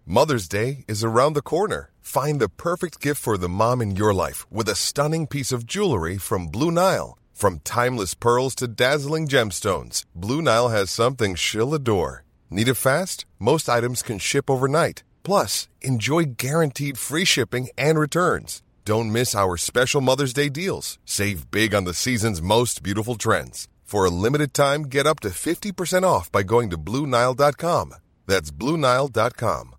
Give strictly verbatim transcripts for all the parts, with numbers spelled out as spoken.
Mother's Day is around the corner. Find the perfect gift for the mom in your life with a stunning piece of jewelry from Blue Nile. From timeless pearls to dazzling gemstones, Blue Nile has something she'll adore. Need it fast? Most items can ship overnight. Plus, enjoy guaranteed free shipping and returns. Don't miss our special Mother's Day deals. Save big on the season's most beautiful trends. For a limited time, get up to fifty percent off by going to Blue Nile dot com. That's Blue Nile dot com.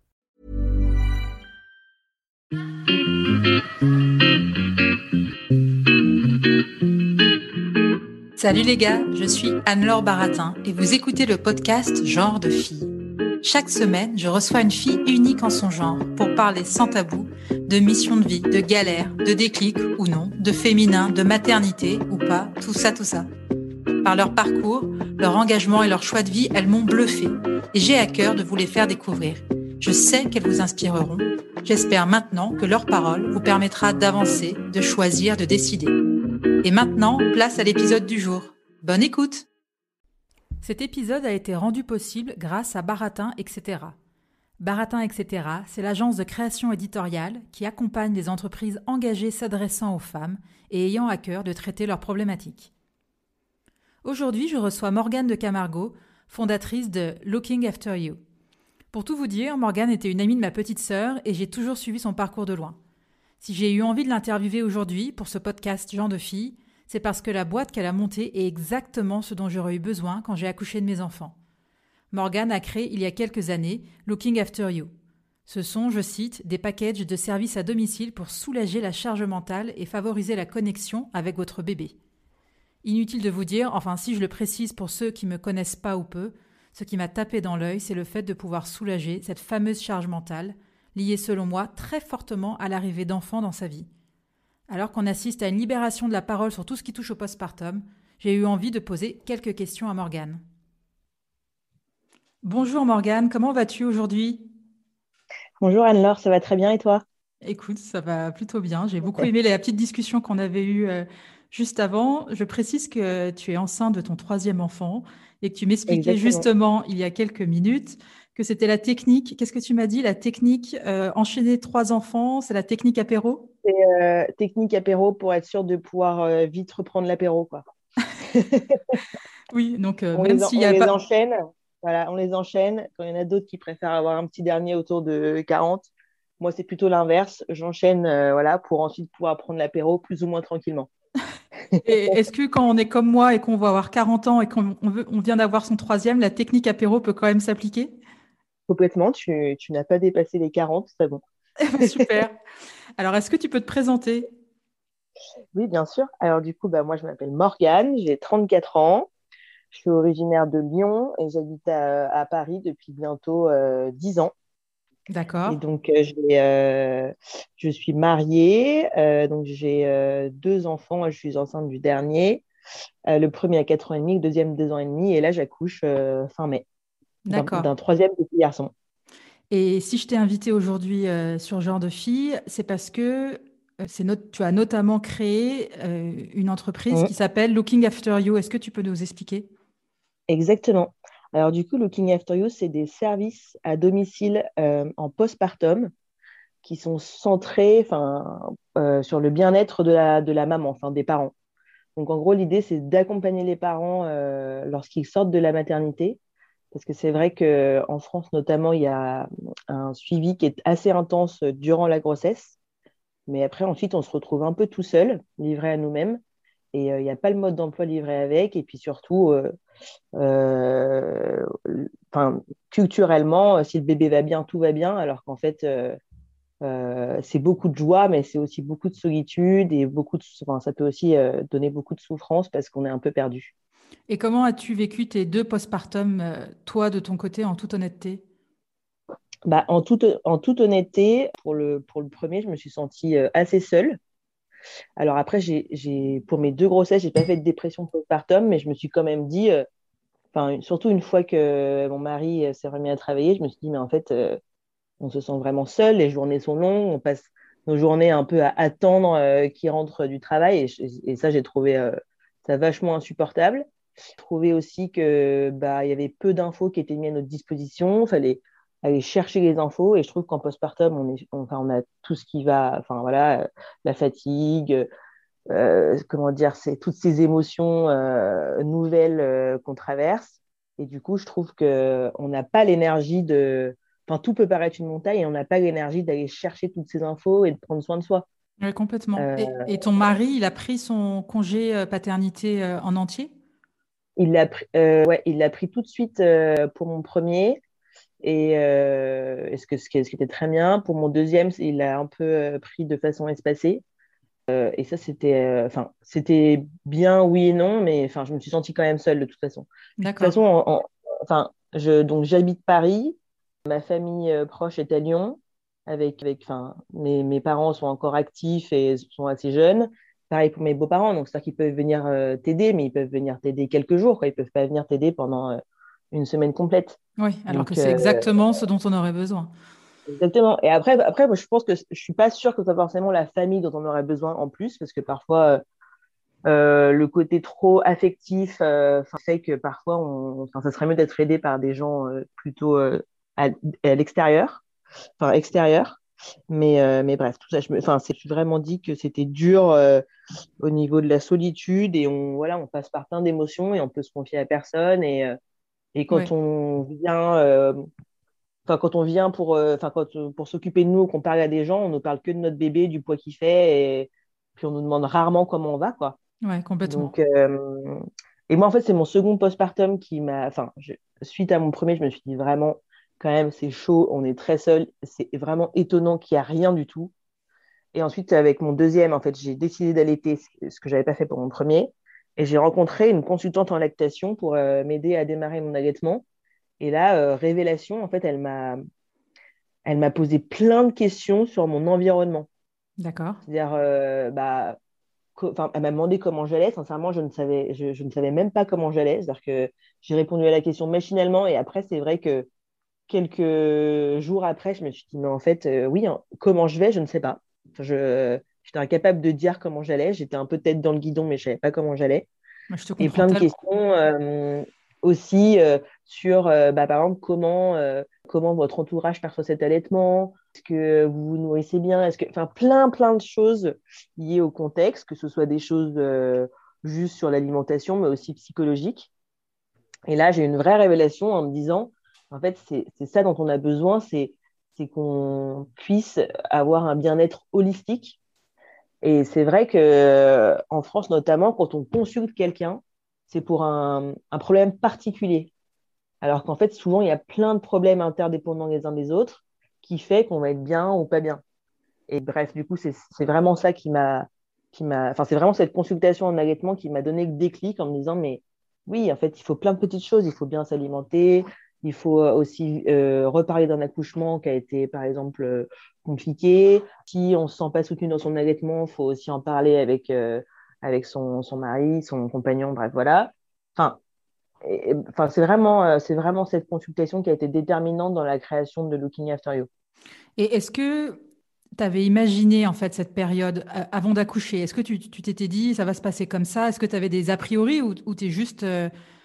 Salut les gars, je suis Anne-Laure Baratin et vous écoutez le podcast Genre de fille. Chaque semaine, je reçois une fille unique en son genre pour parler sans tabou de mission de vie, de galère, de déclic ou non, de féminin, de maternité ou pas, tout ça, tout ça. Par leur parcours, leur engagement et leur choix de vie, elles m'ont bluffé et j'ai à cœur de vous les faire découvrir. Je sais qu'elles vous inspireront. J'espère maintenant que leur parole vous permettra d'avancer, de choisir, de décider. Et maintenant, place à l'épisode du jour. Bonne écoute! Cet épisode a été rendu possible grâce à Baratin, et cetera. Baratin, et cetera, c'est l'agence de création éditoriale qui accompagne les entreprises engagées s'adressant aux femmes et ayant à cœur de traiter leurs problématiques. Aujourd'hui, je reçois Morgane de Camargo, fondatrice de Looking After You. Pour tout vous dire, Morgane était une amie de ma petite sœur et j'ai toujours suivi son parcours de loin. Si j'ai eu envie de l'interviewer aujourd'hui pour ce podcast Genre de fille, c'est parce que la boîte qu'elle a montée est exactement ce dont j'aurais eu besoin quand j'ai accouché de mes enfants. Morgane a créé il y a quelques années Looking After You. Ce sont, je cite, des packages de services à domicile pour soulager la charge mentale et favoriser la connexion avec votre bébé. Inutile de vous dire, enfin si je le précise pour ceux qui ne me connaissent pas ou peu, ce qui m'a tapé dans l'œil, c'est le fait de pouvoir soulager cette fameuse charge mentale, liée selon moi très fortement à l'arrivée d'enfants dans sa vie. Alors qu'on assiste à une libération de la parole sur tout ce qui touche au postpartum, j'ai eu envie de poser quelques questions à Morgane. Bonjour Morgane, comment vas-tu aujourd'hui ? Bonjour Anne-Laure, ça va très bien et toi ? Écoute, ça va plutôt bien. J'ai beaucoup aimé la petite discussion qu'on avait eue euh, juste avant. Je précise que tu es enceinte de ton troisième enfant et que tu m'expliquais Exactement. justement il y a quelques minutes que c'était la technique. Qu'est-ce que tu m'as dit ? La technique euh, enchaîner trois enfants, c'est la technique apéro ? C'est euh, technique apéro pour être sûr de pouvoir euh, vite reprendre l'apéro, quoi. Oui, donc euh, On même les, en- s'il y on a les pas... enchaîne, voilà, on les enchaîne. Quand il y en a d'autres qui préfèrent avoir un petit dernier autour de quarante, moi c'est plutôt l'inverse. J'enchaîne, euh, voilà, pour ensuite pouvoir prendre l'apéro plus ou moins tranquillement. Et est-ce que quand on est comme moi et qu'on va avoir quarante ans et qu'on on veut, on vient d'avoir son troisième, la technique apéro peut quand même s'appliquer ? Complètement, tu, tu n'as pas dépassé les quarante, c'est bon. Super. Alors, est-ce que tu peux te présenter ? Oui, bien sûr. Alors du coup, bah, moi je m'appelle Morgane, j'ai trente-quatre ans. Je suis originaire de Lyon et j'habite à, à Paris depuis bientôt euh, dix ans. Et D'accord. donc, euh, j'ai, euh, je suis mariée, euh, donc j'ai euh, deux enfants. Je suis enceinte du dernier. Euh, le premier a quatre ans et demi, le deuxième deux ans et demi. Et là, j'accouche euh, fin mai d'un, D'accord. d'un troisième petit garçon. Et si je t'ai invité aujourd'hui euh, sur Genre de fille, c'est parce que euh, c'est not- tu as notamment créé euh, une entreprise Mhm. qui s'appelle Looking After You. Est-ce que tu peux nous expliquer ? Exactement. Alors du coup, Looking After You, c'est des services à domicile euh, en postpartum qui sont centrés enfin, euh, sur le bien-être de la, de la maman, enfin des parents. Donc en gros, l'idée, c'est d'accompagner les parents euh, lorsqu'ils sortent de la maternité. Parce que c'est vrai qu'en France, notamment, il y a un suivi qui est assez intense durant la grossesse. Mais après, ensuite, on se retrouve un peu tout seul, livré à nous-mêmes. Et euh, il n'y a pas le mode d'emploi livré avec. Et puis surtout, euh, euh, enfin, culturellement, euh, si le bébé va bien, tout va bien. Alors qu'en fait, euh, euh, c'est beaucoup de joie, mais c'est aussi beaucoup de solitude. Et beaucoup de, enfin, ça peut aussi euh, donner beaucoup de souffrance parce qu'on est un peu perdu. Et comment as-tu vécu tes deux postpartum, euh, toi, de ton côté, en toute honnêteté ? Bah, en toute, en toute honnêteté, pour le, pour le premier, je me suis sentie euh, assez seule. Alors après, j'ai, j'ai, pour mes deux grossesses, j'ai pas fait de dépression postpartum, mais je me suis quand même dit, euh, enfin, surtout une fois que mon mari euh, s'est remis à travailler, je me suis dit, mais en fait, euh, on se sent vraiment seul, les journées sont longues, on passe nos journées un peu à attendre euh, qu'il rentre du travail, et, je- et ça, j'ai trouvé euh, ça vachement insupportable. J'ai trouvé aussi que bah, il y avait peu d'infos qui étaient mises à notre disposition, fallait aller chercher les infos. Et je trouve qu'en postpartum, on est, on, enfin, on a tout ce qui va, enfin voilà, euh, la fatigue, euh, comment dire, c'est toutes ces émotions euh, nouvelles euh, qu'on traverse. Et du coup, je trouve que on n'a pas l'énergie de, enfin, tout peut paraître une montagne et on n'a pas l'énergie d'aller chercher toutes ces infos et de prendre soin de soi. Oui, complètement. Euh, Et, et ton mari, il a pris son congé euh, paternité euh, en entier? il l'a pris, euh, ouais, il l'a pris tout de suite euh, pour mon premier. Et euh, est-ce que, ce qui ce qui était très bien. Pour mon deuxième, il l'a un peu euh, pris de façon espacée. Euh, et ça, c'était euh, enfin, c'était bien, oui et non, mais enfin, je me suis sentie quand même seule de toute façon. Puis, de toute D'accord. façon, en- en- enfin, je, donc, j'habite Paris, ma famille euh, proche est à Lyon, avec, avec, enfin, mes, mes parents sont encore actifs et sont assez jeunes. Pareil pour mes beaux-parents, donc c'est-à-dire qu'ils peuvent venir euh, t'aider, mais ils peuvent venir t'aider quelques jours, quoi. Ils peuvent pas venir t'aider pendant euh, une semaine complète. Oui, alors que Donc, c'est euh, exactement ce dont on aurait besoin. exactement. Et après, après, moi, je pense que je suis pas sûre que ce soit forcément la famille dont on aurait besoin en plus, parce que parfois, euh, le côté trop affectif euh, enfin, fait que parfois, on, enfin, ça serait mieux d'être aidé par des gens euh, plutôt euh, à, à l'extérieur, enfin extérieur. Mais, euh, mais bref, tout ça, je me, enfin, c'est je me suis vraiment dit que c'était dur euh, au niveau de la solitude et on, voilà, on passe par plein d'émotions et on peut se confier à personne. Et, euh, et quand Oui, on vient euh, Enfin, quand on vient pour, euh, enfin, quand, euh, pour s'occuper de nous, qu'on parle à des gens, on ne parle que de notre bébé, du poids qu'il fait, et puis on nous demande rarement comment on va, quoi. ouais, complètement. Donc, euh, et moi, en fait, c'est mon second postpartum qui m'a, enfin, je- suite à mon premier, je me suis dit vraiment, quand même, c'est chaud, on est très seul, c'est vraiment étonnant qu'il n'y a rien du tout. Et ensuite, avec mon deuxième, en fait, j'ai décidé d'allaiter, ce ce que j'avais pas fait pour mon premier, et j'ai rencontré une consultante en lactation pour euh, m'aider à démarrer mon allaitement. Et là, euh, révélation, en fait, elle m'a elle m'a posé plein de questions sur mon environnement. D'accord. C'est-à-dire, euh, bah, co- enfin, elle m'a demandé comment j'allais. Sincèrement, je ne savais, je, je ne savais même pas comment j'allais. C'est-à-dire que j'ai répondu à la question machinalement. Et après, c'est vrai que quelques jours après, je me suis dit, mais en fait, euh, oui, hein, comment je vais, je ne sais pas. Enfin, je, j'étais incapable de dire comment j'allais. J'étais un peu tête dans le guidon, mais je ne savais pas comment j'allais. Moi, je te Et comprends plein de tellement. questions euh, aussi euh, sur, euh, bah, par exemple, comment, euh, comment votre entourage perçoit cet allaitement, est-ce que vous vous nourrissez bien, est-ce que, enfin, plein, plein de choses liées au contexte, que ce soit des choses euh, juste sur l'alimentation, mais aussi psychologiques. Et là, j'ai eu une vraie révélation en me disant, en fait, c'est c'est ça dont on a besoin, c'est c'est qu'on puisse avoir un bien-être holistique. Et c'est vrai que euh, en France notamment, quand on consulte quelqu'un, c'est pour un, un problème particulier. Alors qu'en fait, souvent, il y a plein de problèmes interdépendants les uns des autres qui fait qu'on va être bien ou pas bien. Et bref, du coup, c'est c'est vraiment ça qui m'a, qui m'a, enfin, c'est vraiment cette consultation en allaitement qui m'a donné le déclic en me disant, mais oui, en fait, il faut plein de petites choses. Il faut bien s'alimenter. Il faut euh, aussi euh, reparler d'un accouchement qui a été, par exemple, euh, compliqué. Si on ne se sent pas soutenu dans son allaitement, il faut aussi en parler avec, euh, avec son, son mari, son compagnon, bref, voilà. Enfin, et- enfin, c'est vraiment, euh, c'est vraiment cette consultation qui a été déterminante dans la création de Looking After You. Et est-ce que tu avais imaginé en fait cette période euh, avant d'accoucher? Est-ce que tu tu t'étais dit ça va se passer comme ça? Est-ce que tu avais des a priori ou, ou tu es juste euh,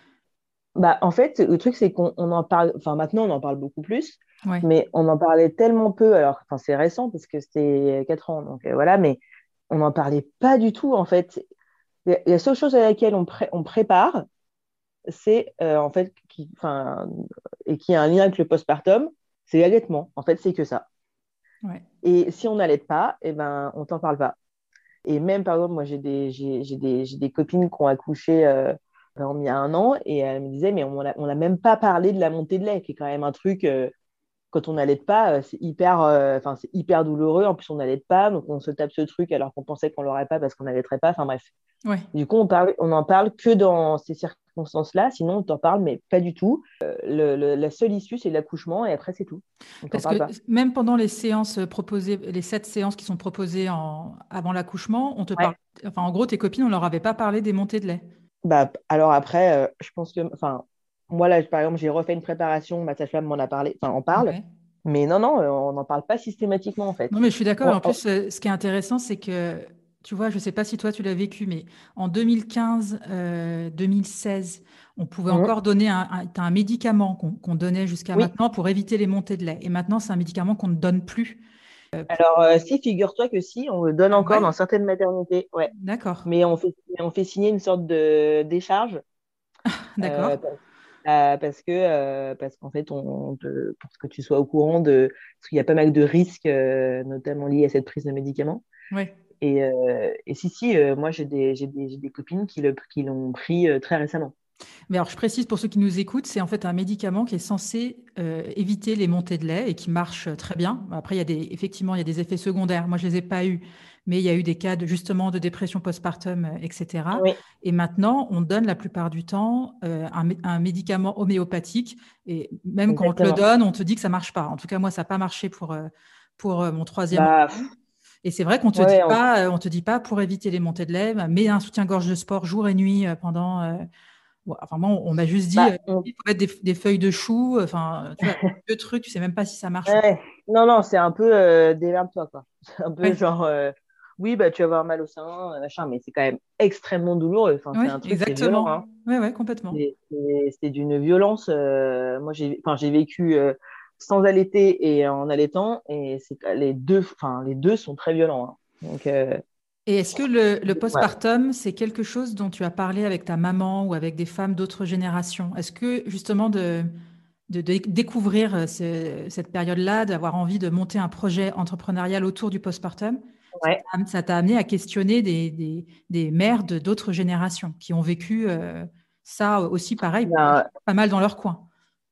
Bah, en fait, le truc, c'est qu'on on en parle, enfin maintenant, on en parle beaucoup plus, ouais, mais on en parlait tellement peu, alors, enfin, c'est récent parce que c'était quatre ans, donc euh, voilà, mais on n'en parlait pas du tout, en fait. La la seule chose à laquelle on, pré- on prépare, c'est, euh, en fait, qui, enfin, et qui a un lien avec le postpartum, c'est l'allaitement. En fait, c'est que ça. ouais. Et si on n'allaite pas, eh ben, on t'en parle pas. Et même, par exemple, moi, j'ai des, j'ai, j'ai des, j'ai des copines qui ont accouché euh, par exemple, il y a un an et elles me disaient, mais on n'a on a même pas parlé de la montée de lait, qui est quand même un truc, euh, quand on n'allait pas, euh, c'est hyper, euh, enfin, c'est hyper douloureux. En plus, on n'allait pas, donc on se tape ce truc alors qu'on pensait qu'on l'aurait pas parce qu'on n'allaiterait pas. Enfin, bref. Ouais. Du coup, on parle, on en parle que dans ces circonstances-là, sinon on t'en parle, mais pas du tout. Euh, le- le- la seule issue, c'est l'accouchement et après, c'est tout. On t'en Parce que parle pas. même pendant les séances proposées, les sept séances qui sont proposées en, avant l'accouchement, on te parle. Ouais. Enfin, en gros, tes copines, on leur avait pas parlé des montées de lait. Bah, alors après, euh, je pense que, enfin, moi là, par exemple, j'ai refait une préparation, ma sage-femme m'en a parlé, enfin, on parle, Ouais. mais non, non, euh, on n'en parle pas systématiquement en fait. Non, mais je suis d'accord. Et On- en on- plus, euh, ce qui est intéressant, c'est que tu vois, je ne sais pas si toi tu l'as vécu, mais en deux mille quinze, euh, deux mille seize, on pouvait Mhm. encore donner un, un, t'as un médicament qu'on qu'on donnait jusqu'à Oui. maintenant pour éviter les montées de lait. Et maintenant, c'est un médicament qu'on ne donne plus. Euh, pour- Alors, euh, si, figure-toi que si, on le donne Ah encore ouais, dans certaines maternités. Ouais. d'accord, Mais on fait, on fait signer une sorte de décharge euh, d'accord. euh, parce que euh, parce qu'en fait, on, on te- pour que tu sois au courant de parce qu'il y a pas mal de risques, euh, notamment liés à cette prise de médicaments. Ouais. Et, euh, et si, si, euh, moi, j'ai des, j'ai des, j'ai des copines qui le, qui l'ont pris euh, très récemment. Mais alors, je précise pour ceux qui nous écoutent, c'est en fait un médicament qui est censé euh, éviter les montées de lait et qui marche très bien. Après, il y a des, effectivement, il y a des effets secondaires. Moi, je les ai pas eus, mais il y a eu des cas de, justement de dépression postpartum, euh, et cetera. Oui, Et maintenant, on donne la plupart du temps euh, un, mé- un médicament homéopathique. Et même quand on te le exactement. donne, on te dit que ça marche pas. En tout cas, moi, ça n'a pas marché pour, euh, pour euh, mon troisième Bah, enfant. pff, Et c'est vrai qu'on te ouais, dit ouais, on- pas, euh, on te dit pas pour éviter les montées de lait, bah, mets un soutien-gorge de sport jour et nuit euh, pendant. euh, Ouais, enfin, moi, on m'a juste dit, bah, euh, on- il faut mettre des, des feuilles de chou. Enfin, tu vois, deux trucs, tu sais même pas si ça marche ou pas. ouais. Non, non, c'est un peu euh, démerde-toi, quoi. C'est un peu Ouais, genre, euh, oui, bah, tu vas avoir mal au sein, euh, machin, mais c'est quand même extrêmement douloureux. Enfin, c'est ouais, un truc, c'est violent, exactement. hein. Ouais, ouais, complètement. C'est c'est- c'est d'une violence. Euh, moi, j'ai, enfin, j'ai vécu euh, sans allaiter et en allaitant, et c'est les deux, enfin, les deux sont très violents, hein. Donc, euh, Et est-ce que le, le ouais. postpartum, c'est quelque chose dont tu as parlé avec ta maman ou avec des femmes d'autres générations? Est-ce que justement de, de, de découvrir euh, ce- cette période-là, d'avoir envie de monter un projet entrepreneurial autour du postpartum, ça Ouais. t'a ça t'a amené à questionner des, des, des mères de d'autres générations qui ont vécu euh, ça aussi, pareil, Ben, pas mal dans leur coin?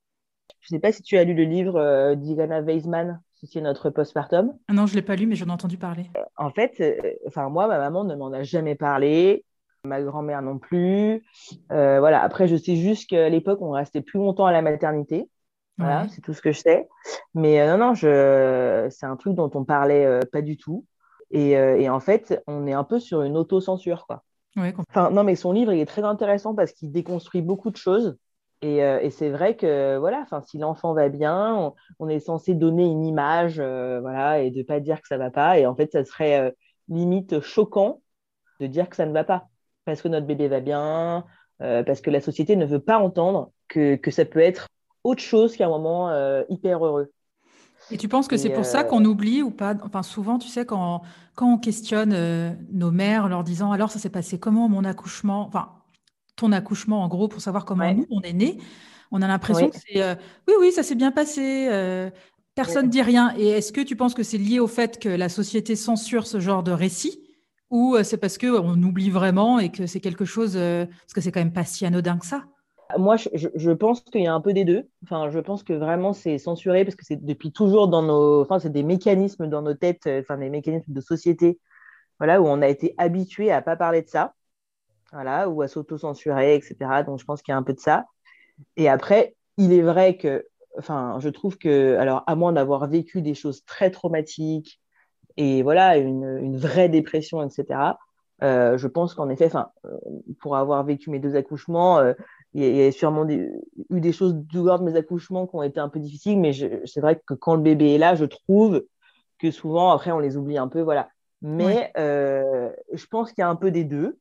je sais pas si tu as lu le livre euh, d'Ivana Weisman, qui est notre postpartum. Ah non, je ne l'ai pas lu, mais j'en ai entendu parler. En fait, euh, enfin moi, ma maman ne m'en a jamais parlé, ma grand-mère non plus. Euh, voilà. Après, je sais juste qu'à l'époque, on restait plus longtemps à la maternité. Voilà, Ouais. c'est tout ce que je sais. Mais euh, non, non, je... c'est un truc dont on parlait euh, pas du tout. Et, euh, et en fait, on est un peu sur une autocensure, quoi. Ouais, com- Enfin, non, mais son livre, il est très intéressant parce qu'il déconstruit beaucoup de choses. Et, euh, et c'est vrai que, voilà, enfin, si l'enfant va bien, on, on est censé donner une image, euh, voilà, et de pas dire que ça va pas. Et en fait, ça serait euh, limite choquant de dire que ça ne va pas. Parce que notre bébé va bien, euh, parce que la société ne veut pas entendre que, que ça peut être autre chose qu'un moment euh, hyper heureux. Et tu penses que c'est Et pour ça euh, qu'on oublie ou pas? Enfin, souvent, tu sais, quand, quand on questionne euh, nos mères, leur disant alors ça s'est passé comment mon accouchement, enfin ton accouchement en gros, pour savoir comment nous ouais, on est nés, on a l'impression oui. que c'est euh, oui, oui, ça s'est bien passé, euh, personne dit rien. Et est-ce que tu penses que c'est lié au fait que la société censure ce genre de récit ou euh, c'est parce que on oublie vraiment et que c'est quelque chose, euh, parce que c'est quand même pas si anodin que ça? Moi, je, je- je pense qu'il y a un peu des deux. Enfin, je pense que vraiment c'est censuré parce que c'est depuis toujours dans nos, enfin, c'est des mécanismes dans nos têtes, euh, enfin, des mécanismes de société, voilà, où on a été habitué à pas parler de ça, voilà, ou à s'auto-censurer, et cetera. Donc, je pense qu'il y a un peu de ça. Et après, il est vrai que, enfin, je trouve que, alors, à moins d'avoir vécu des choses très traumatiques et voilà, une, une vraie dépression, et cetera. Euh, je pense qu'en effet, enfin, euh, pour avoir vécu mes deux accouchements, euh, il y, a il y a sûrement des- eu des choses du de mes accouchements qui ont été un peu difficiles, mais je- c'est vrai que quand le bébé est là, je trouve que souvent, après, on les oublie un peu, voilà. Ouais. Mais euh, je pense qu'il y a un peu des deux,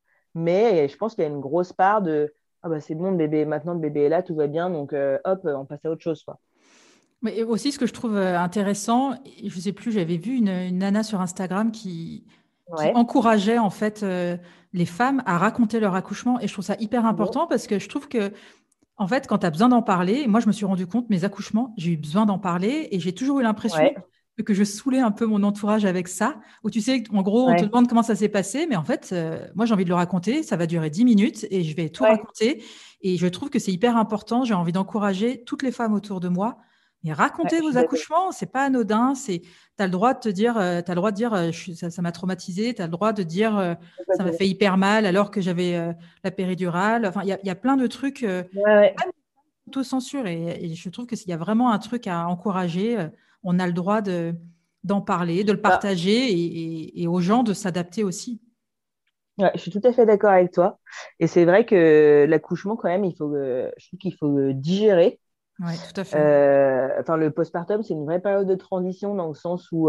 mais je pense qu'il y a une grosse part de ah bah c'est bon, le bébé, maintenant le bébé est là, tout va bien, donc euh, hop, on passe à autre chose, quoi. Mais aussi, ce que je trouve euh, intéressant, et je sais plus, j'avais vu une, une nana sur Instagram qui, qui Ouais. encourageait en fait euh, les femmes à raconter leur accouchement. Et je trouve ça hyper Mhm. important parce que je trouve que, en fait, quand tu as besoin d'en parler, et moi je me suis rendu compte, mes accouchements, j'ai eu besoin d'en parler et j'ai toujours eu l'impression Ouais. que je saoulais un peu mon entourage avec ça, où tu sais, en gros, on te Ouais. demande comment ça s'est passé, mais en fait, euh, moi j'ai envie de le raconter, ça va durer dix minutes et je vais tout Ouais. raconter. Et je trouve que c'est hyper important, j'ai envie d'encourager toutes les femmes autour de moi. Mais Ouais, racontez je suis vos d'accord. accouchements, c'est pas anodin, c'est tu as le droit de te dire euh, tu as le droit de dire euh, je suis- ça ça m'a traumatisé, tu as le droit de dire euh, ça m'a Complètement. fait hyper mal alors que j'avais euh, la péridurale. Enfin, il y a, il y a plein de trucs euh, Ouais, ouais. autocensure et, et je trouve que s'il y a vraiment un truc à encourager, euh, on a le droit de d'en parler, de le Bah, partager et, et- et aux gens de s'adapter aussi. ouais, je suis tout à fait d'accord avec toi. Et c'est vrai que l'accouchement, quand même, il faut, euh, je trouve qu'il faut le digérer. Oui, tout à fait. Euh, enfin, le postpartum, c'est une vraie période de transition dans le sens où, euh,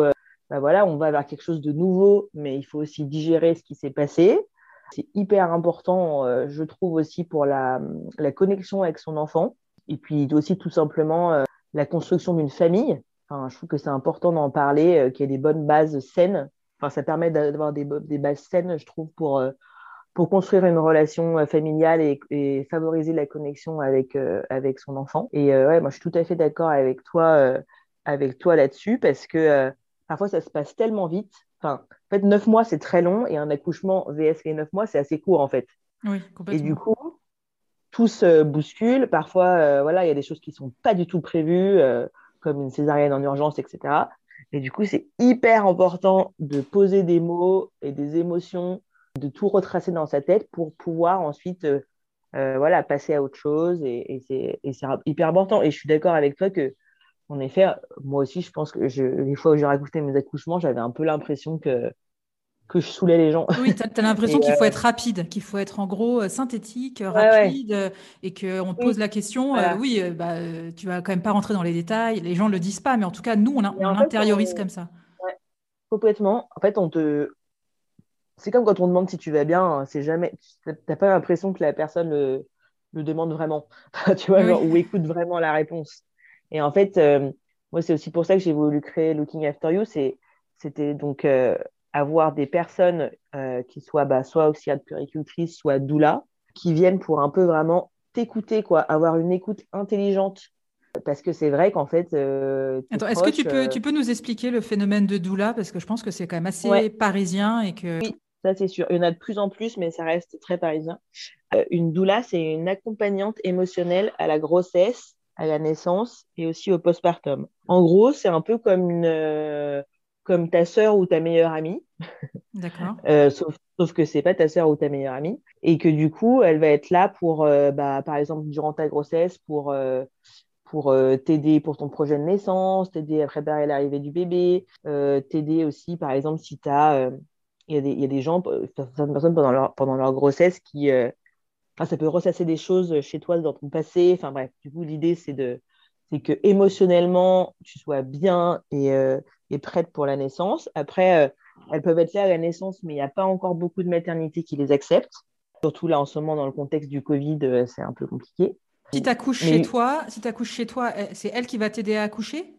bah voilà, on va vers quelque chose de nouveau, mais il faut aussi digérer ce qui s'est passé. C'est hyper important, euh, je trouve aussi, pour la, la connexion avec son enfant. Et puis aussi, tout simplement, euh, la construction d'une famille. Enfin, je trouve que c'est important d'en parler, euh, qu'il y ait des bonnes bases saines. Enfin, ça permet d'avoir des, des bases saines, je trouve, pour, euh, pour construire une relation euh, familiale et, et favoriser la connexion avec, euh, avec son enfant. Et euh, ouais, moi, je suis tout à fait d'accord avec toi, euh, avec toi là-dessus, parce que euh, parfois, ça se passe tellement vite. Enfin, en fait, neuf mois, c'est très long, et un accouchement V S les neuf mois, c'est assez court, en fait. Oui, Et du complètement. coup, tout se bouscule. Parfois, euh, voilà, il y a des choses qui sont pas du tout prévues, euh, comme une césarienne en urgence, et cetera. Et du coup, c'est hyper important de poser des mots et des émotions, de tout retracer dans sa tête pour pouvoir ensuite euh, euh, voilà, passer à autre chose. Et, et c'est, et c'est hyper important. Et je suis d'accord avec toi que, en effet, moi aussi, je pense que je, les fois où j'ai raconté mes accouchements, j'avais un peu l'impression que, que je saoulais les gens. Oui, tu as, Et l'impression qu'il faut euh, être rapide, qu'il faut être en gros euh, synthétique, euh, ouais, ouais, rapide, euh, et qu'on te pose oui, la question. euh, voilà. oui, euh, bah, euh, tu vas quand même pas rentrer dans les détails. Les gens le disent pas, mais en tout cas, nous, on, l'a- Mais on en fait, l'intériorise on... comme ça. ouais, complètement. En fait, on te, c'est comme quand on demande si tu vas bien, hein, c'est jamais, t'as pas l'impression que la personne le, le demande vraiment, tu vois, Oui. genre, ou écoute vraiment la réponse. Et en fait, euh, moi, c'est aussi pour ça que j'ai voulu créer Looking After You, c'est, c'était donc euh, avoir des personnes euh, qui soient bah, soit auxiliaires de puéricultrice, soit doula, qui viennent pour un peu vraiment t'écouter, quoi, avoir une écoute intelligente. Parce que c'est vrai qu'en fait, euh, tes Attends, est-ce que tu proches, peux, euh, tu peux nous expliquer le phénomène de doula? Parce que je pense que c'est quand même ouais, assez parisien et que... ça c'est sûr. Il y en a de plus en plus, mais ça reste très parisien. Euh, une doula, c'est une accompagnante émotionnelle à la grossesse, à la naissance et aussi au postpartum. En gros, c'est un peu comme une, euh, comme ta sœur ou ta meilleure amie, D'accord. euh, sauf, sauf que c'est pas ta sœur ou ta meilleure amie, et que du coup, elle va être là pour, euh, bah, par exemple, durant ta grossesse, pour euh, pour euh, t'aider pour ton projet de naissance, t'aider à préparer l'arrivée du bébé, euh, t'aider aussi, par exemple, si tu as... Il y, a des, il y a des gens, euh, certaines personnes pendant leur, pendant leur grossesse qui, euh, ah, ça peut ressasser des choses chez toi dans ton passé. Enfin bref, du coup, l'idée, c'est de, c'est que émotionnellement, tu sois bien et, euh, et prête pour la naissance. Après, euh, elles peuvent être là à la naissance, mais il n'y a pas encore beaucoup de maternités qui les acceptent. Surtout là, en ce moment, dans le contexte du Covid, euh, c'est un peu compliqué. Si tu accouches chez Mais toi, si tu accouches chez toi, euh, c'est elle qui va t'aider à accoucher?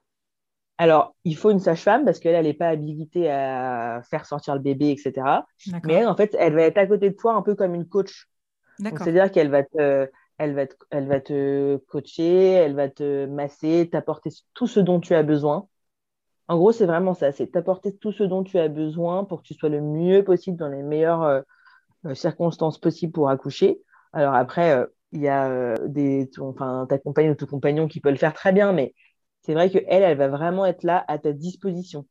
alors, il faut une sage-femme parce qu'elle, elle n'est pas habilitée à faire sortir le bébé, et cetera. Mais D'accord. elle, en fait, elle va être à côté de toi un peu comme une coach. Donc, D'accord. c'est-à-dire qu'elle va te, elle va te, elle va te coacher, elle va te masser, t'apporter tout ce dont tu as besoin. En gros, c'est vraiment ça, c'est t'apporter tout ce dont tu as besoin pour que tu sois le mieux possible dans les meilleures euh, euh, circonstances possibles pour accoucher. Alors après, euh, il y a euh, des, ton- enfin, ta compagne ou ton compagnon qui peut le faire très bien, mais c'est vrai que elle, elle va vraiment être là à ta disposition.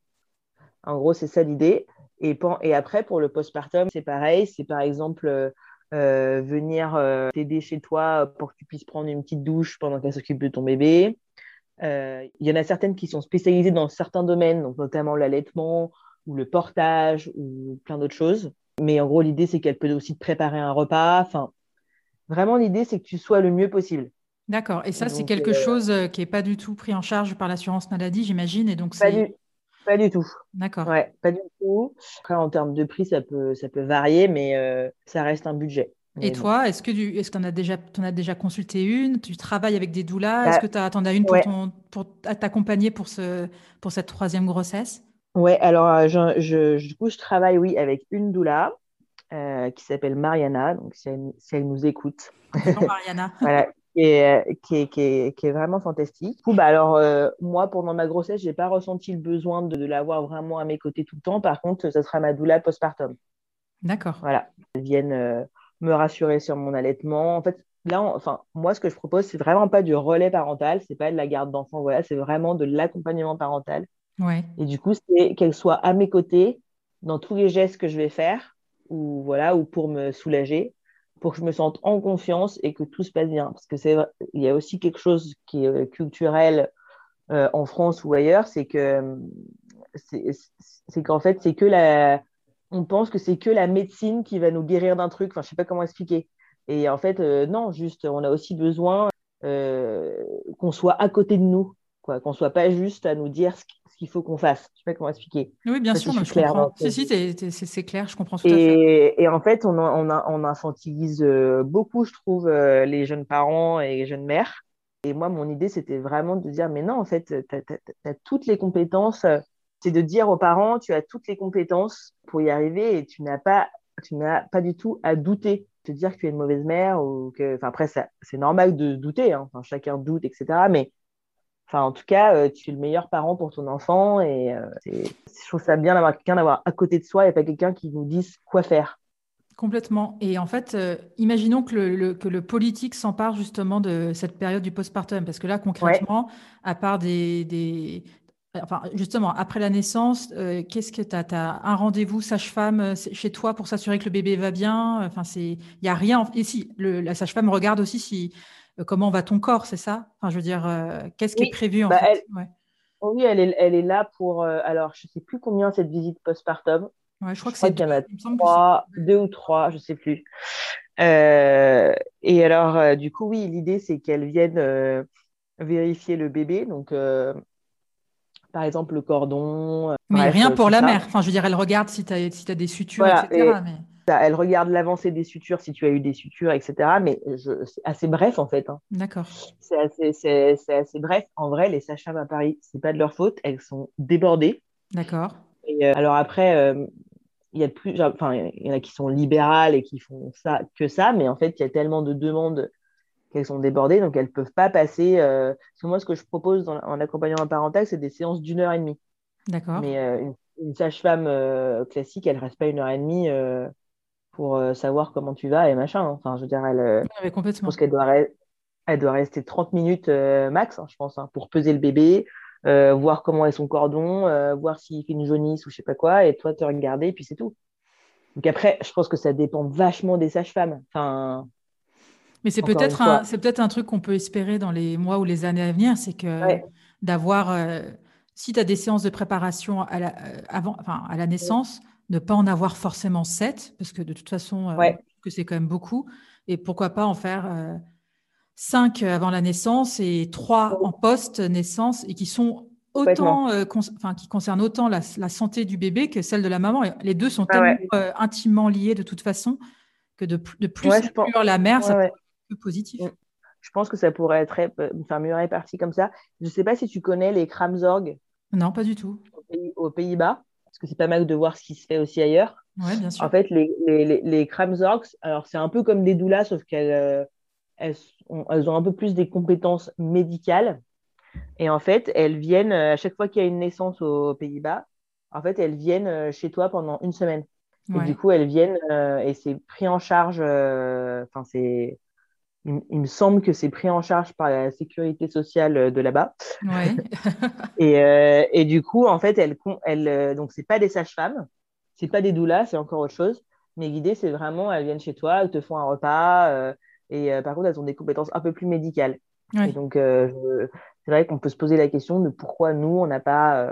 En gros, c'est ça l'idée. Et, pen- et après, pour le postpartum, c'est pareil. C'est par exemple euh, euh, venir euh, t'aider chez toi pour que tu puisses prendre une petite douche pendant qu'elle s'occupe de ton bébé. Euh, Il y en a certaines qui sont spécialisées dans certains domaines, donc notamment l'allaitement ou le portage ou plein d'autres choses. Mais en gros, l'idée, c'est qu'elle peut aussi te préparer un repas. Enfin, vraiment, l'idée, c'est que tu sois le mieux possible. D'accord. Et ça, c'est Donc, quelque euh, chose euh, qui n'est pas du tout pris en charge par l'assurance maladie, j'imagine. Et donc, pas c'est... du, pas du tout. D'accord. Ouais, pas du tout. Après, en termes de prix, ça peut, ça peut varier, mais euh, ça reste un budget. Et Mais bon. toi, est-ce que tu est-ce que t'en as déjà, t'en as déjà consulté une? Tu travailles avec des doulas? Est-ce Bah, que tu en as une pour ouais, ton, pour t'accompagner pour ce, pour cette troisième grossesse? ouais. Alors, euh, je, je- je- du coup, je travaille, oui, avec une doula euh, qui s'appelle Mariana. Donc, si elle, si elle nous écoute, Bonjour Mariana. voilà, qui est, euh, qui est, qui est, qui est vraiment fantastique. Du coup, bah, alors, euh, moi, pendant ma grossesse, j'ai pas ressenti le besoin de, de l'avoir vraiment à mes côtés tout le temps. Par contre, ça sera ma doula postpartum. D'accord. Voilà. Elles viennent euh, me rassurer sur mon allaitement. En fait, là, on- enfin, moi, ce que je propose, c'est vraiment pas du relais parental, c'est pas de la garde d'enfant, voilà, c'est vraiment de l'accompagnement parental. Ouais. Et du coup, c'est qu'elle soit à mes côtés dans tous les gestes que je vais faire, ou voilà, ou pour me soulager, pour que je me sente en confiance et que tout se passe bien. Parce que c'est, il y a aussi quelque chose qui est euh, culturel euh, en France ou ailleurs, c'est que euh, c'est c'est qu'en fait, c'est que la, on pense que c'est que la médecine qui va nous guérir d'un truc. Enfin, je sais pas comment expliquer. Et en fait, euh, non, juste, on a aussi besoin euh, qu'on soit à côté de nous, quoi, qu'on soit pas juste à nous dire ce ce qu'il faut qu'on fasse. Je sais pas comment expliquer. Oui, bien Je sais pas sûr, si je mais suis je claire comprends. dans ce Si, que je si, dis. t'es- t'es- c'est c'est clair, je comprends tout à fait. Et, et en fait, on, on, a- on infantilise euh, beaucoup, je trouve, euh, les jeunes parents et les jeunes mères. Et moi, mon idée, c'était vraiment de dire, mais non, en fait, tu as toutes les compétences. euh, C'est de dire aux parents, tu as toutes les compétences pour y arriver et tu n'as pas, tu n'as pas du tout à douter. Te dire que tu es une mauvaise mère ou que, enfin, après, ça, c'est normal de douter, hein. Enfin, chacun doute, et cetera. Mais, enfin, en tout cas, euh, tu es le meilleur parent pour ton enfant et euh, c'est, je trouve ça bien d'avoir quelqu'un d'avoir à côté de soi et pas quelqu'un qui nous dise quoi faire. Complètement. Et en fait, euh, imaginons que le, le- que le politique s'empare justement de cette période du postpartum, parce que là, Ouais. concrètement, à part des, des- enfin, justement, après la naissance, euh, qu'est-ce que tu as, un rendez-vous sage-femme euh, chez toi pour s'assurer que le bébé va bien? Enfin, c'est, il y a rien. Et si, le- la sage-femme regarde aussi si, euh, comment va ton corps, c'est ça? Enfin, je veux dire, euh, qu'est-ce qui est Oui, prévu en bah, fait? elle, Ouais. oui, elle est, elle est là pour. Euh, alors, je sais plus combien cette visite postpartum. Ouais, je crois Je que crois c'est qu'il deux. y en a Il me semble que c'est trois, deux ou trois, je sais plus. Euh, et alors, euh, du coup, oui, l'idée, c'est qu'elle vienne euh, vérifier le bébé. Donc, euh, par exemple, le cordon, euh, mais bref, rien euh, pour tout la ça. mère. Enfin, je veux dire, elle regarde si tu as, si t'as des sutures, Voilà. et cetera. Et Mais ça, elle regarde l'avancée des sutures, si tu as eu des sutures, et cetera. Mais je, c'est assez bref, en fait, hein. d'accord, C'est assez, c'est, c'est assez bref. En vrai, les sages-femmes à Paris, c'est pas de leur faute. Elles sont débordées. d'accord. Et, euh, alors après, euh, il y a plus, genre, enfin, il y en a qui sont libérales et qui font ça que ça, mais en fait, il y a tellement de demandes qu'elles sont débordées, donc elles peuvent pas passer. Euh, parce que moi, ce que je propose dans, en accompagnement parental, c'est des séances d'une heure et demie. D'accord. Mais euh, une, une sage-femme euh, classique, elle reste pas une heure et demie euh, pour euh, savoir comment tu vas et machin, hein. Enfin, je veux dire, elle, euh, Ouais, je pense complètement. qu'elle doit, re- elle doit rester trente minutes euh, max, hein, je pense, hein, pour peser le bébé, euh, voir comment est son cordon, euh, voir s'il fait une jaunisse ou je sais pas quoi, et toi te regarder, et puis c'est tout. Donc après, je pense que ça dépend vachement des sages-femmes. Enfin, Mais c'est encore une peut-être un, fois. c'est peut-être un truc qu'on peut espérer dans les mois ou les années à venir, c'est que Ouais. d'avoir, euh, si tu as des séances de préparation à la, euh, avant, enfin, à la naissance, ne pas en avoir forcément sept, parce que de toute façon, euh, Ouais, que c'est quand même beaucoup. Et pourquoi pas en faire euh, cinq avant la naissance et trois en post-naissance et qui sont complètement. autant, euh, cons- enfin, qui concernent autant la, la santé du bébé que celle de la maman. Et les deux sont Ouais, tellement ouais. euh, intimement liés de toute façon que de, plus- de plus Ouais, je pense. inclure la mère, Ouais, ça peut ouais. être plus positif. Mm. Je pense que ça pourrait être ré- enfin, mieux réparti comme ça. Je sais pas si tu connais les Kramzorg Non, pas du tout. aux Pays- aux Pays-Bas, parce que c'est pas mal de voir ce qui se fait aussi ailleurs. Ouais, bien En sûr. fait, les, les, les, les Kramzorgs, alors c'est un peu comme des doulas, sauf qu'elles euh, elles ont, elles ont un peu plus des compétences médicales. Et en fait, elles viennent, euh, à chaque fois qu'il y a une naissance aux Pays-Bas, en fait, elles viennent euh, chez toi pendant une semaine. Et du Ouais, coup, elles viennent euh, et c'est pris en charge, euh, enfin, c'est, il, il me semble que c'est pris en charge par la sécurité sociale euh, de là-bas. ouais. Et, euh, et du coup, en fait, elles, con- elles, euh, donc, c'est pas des sages-femmes, c'est pas des doulas, c'est encore autre chose. Mais l'idée, c'est vraiment, elles viennent chez toi, elles te font un repas. Euh, et euh, par contre, elles ont des compétences un peu plus médicales. Et Ouais. donc, euh, je- c'est vrai qu'on peut se poser la question de pourquoi nous, on n'a pas, euh,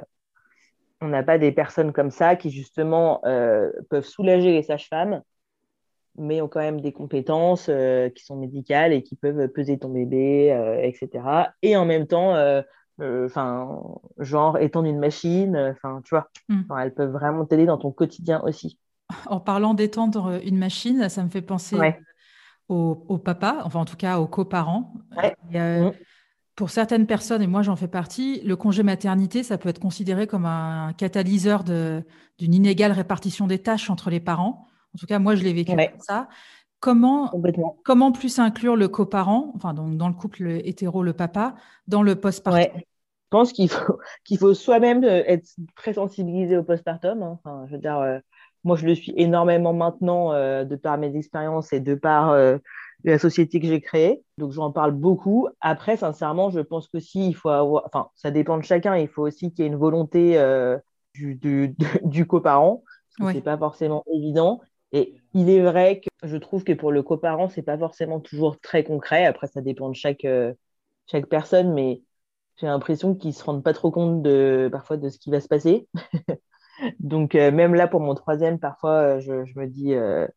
on n'a pas des personnes comme ça qui, justement, euh, peuvent soulager les sages-femmes, mais ont quand même des compétences euh, qui sont médicales et qui peuvent peser ton bébé, euh, et cetera. Et en même temps, euh, euh, enfin, genre étendre une machine, enfin, tu vois, Hmm. enfin, elles peuvent vraiment t'aider dans ton quotidien aussi. En parlant d'étendre une machine, ça me fait penser Ouais, au, au papa, enfin en tout cas aux coparents. ouais, Et, euh, mmh, pour certaines personnes, et moi j'en fais partie, le congé maternité, ça peut être considéré comme un catalyseur de, d'une inégale répartition des tâches entre les parents. En tout cas, moi je l'ai vécu ouais, comme ça. Comment, complètement. comment plus inclure le coparent, enfin donc dans le couple hétéro, le papa, dans le postpartum? Ouais. Je pense qu'il faut, qu'il faut soi-même euh, être très sensibilisé au postpartum, hein. Enfin, je veux dire, euh, moi, je le suis énormément maintenant euh, de par mes expériences et de par euh, la société que j'ai créée. Donc, j'en parle beaucoup. Après, sincèrement, je pense que si il faut avoir, enfin, ça dépend de chacun. Il faut aussi qu'il y ait une volonté euh, du, du, du coparent, parce que Ouais, c'est pas forcément évident. Et il est vrai que je trouve que pour le coparent, c'est pas forcément toujours très concret. Après, ça dépend de chaque, euh, chaque personne, mais j'ai l'impression qu'ils se rendent pas trop compte de parfois de ce qui va se passer. Donc euh, même là pour mon troisième, parfois euh, je, je me dis, euh,